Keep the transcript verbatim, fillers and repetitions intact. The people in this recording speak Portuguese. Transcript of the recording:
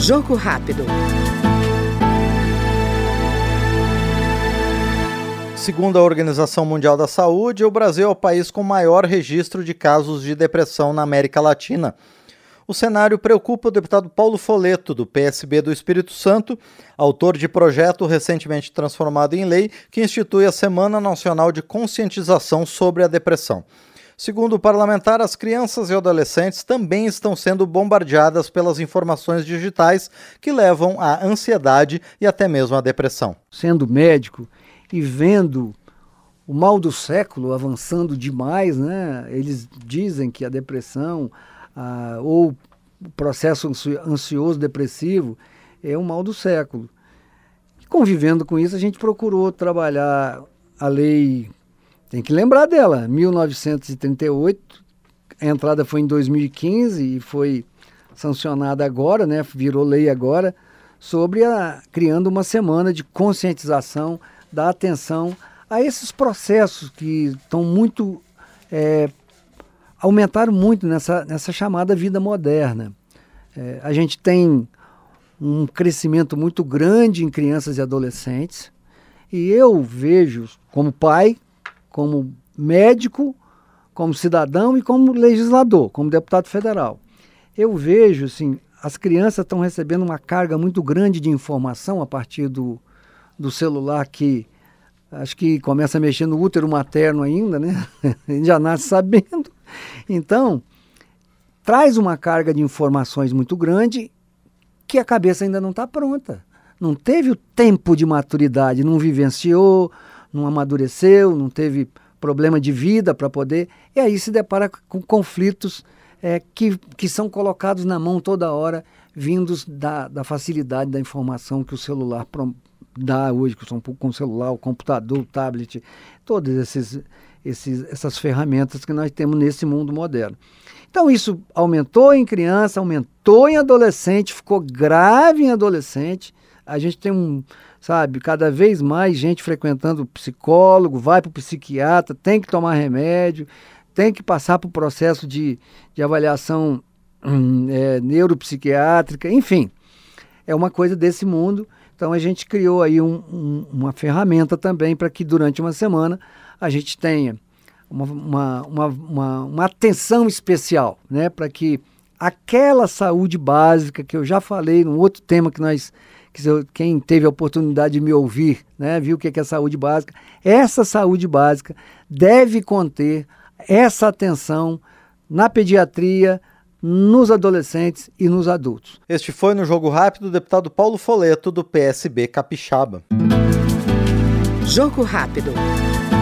Jogo rápido. Segundo a Organização Mundial da Saúde, o Brasil é o país com maior registro de casos de depressão na América Latina. O cenário preocupa o deputado Paulo Folletto, do P S B do Espírito Santo, autor de projeto recentemente transformado em lei que institui a Semana Nacional de Conscientização sobre a Depressão. Segundo o parlamentar, as crianças e adolescentes também estão sendo bombardeadas pelas informações digitais que levam à ansiedade e até mesmo à depressão. Sendo médico e vendo o mal do século avançando demais, né? Eles dizem que a depressão ah, ou o processo ansioso depressivo é o mal do século. E convivendo com isso, a gente procurou trabalhar a lei, tem que lembrar dela, mil novecentos e trinta e oito, a entrada foi em dois mil e quinze e foi sancionada agora, né? Virou lei agora, sobre a, criando uma semana de conscientização, da atenção a esses processos que estão muito, é, aumentaram muito nessa, nessa chamada vida moderna. É, a gente tem um crescimento muito grande em crianças e adolescentes, e eu vejo como pai, como médico, como cidadão e como legislador, como deputado federal. Eu vejo, assim, as crianças estão recebendo uma carga muito grande de informação a partir do, do celular, que acho que começa a mexer no útero materno ainda, né? A gente já nasce sabendo. Então, traz uma carga de informações muito grande que a cabeça ainda não está pronta. Não teve o tempo de maturidade, não vivenciou, não amadureceu, não teve problema de vida para poder... E aí se depara com conflitos é, que, que são colocados na mão toda hora, vindos da, da facilidade da informação que o celular pro, dá hoje, que são com o celular, o computador, o tablet, todas esses, esses, essas ferramentas que nós temos nesse mundo moderno. Então isso aumentou em criança, aumentou em adolescente, ficou grave em adolescente. A gente tem um, sabe, cada vez mais gente frequentando o psicólogo, vai para o psiquiatra, tem que tomar remédio, tem que passar por processo de, de avaliação hum, é, neuropsiquiátrica, enfim, é uma coisa desse mundo. Então a gente criou aí um, um, uma ferramenta também para que durante uma semana a gente tenha uma, uma, uma, uma, uma atenção especial, né, para que aquela saúde básica que eu já falei num outro tema que nós... Quem teve a oportunidade de me ouvir, né, viu o que é saúde básica. Essa saúde básica deve conter essa atenção na pediatria, nos adolescentes e nos adultos. Este foi no Jogo Rápido o deputado Paulo Folletto, do P S B Capixaba. Jogo Rápido.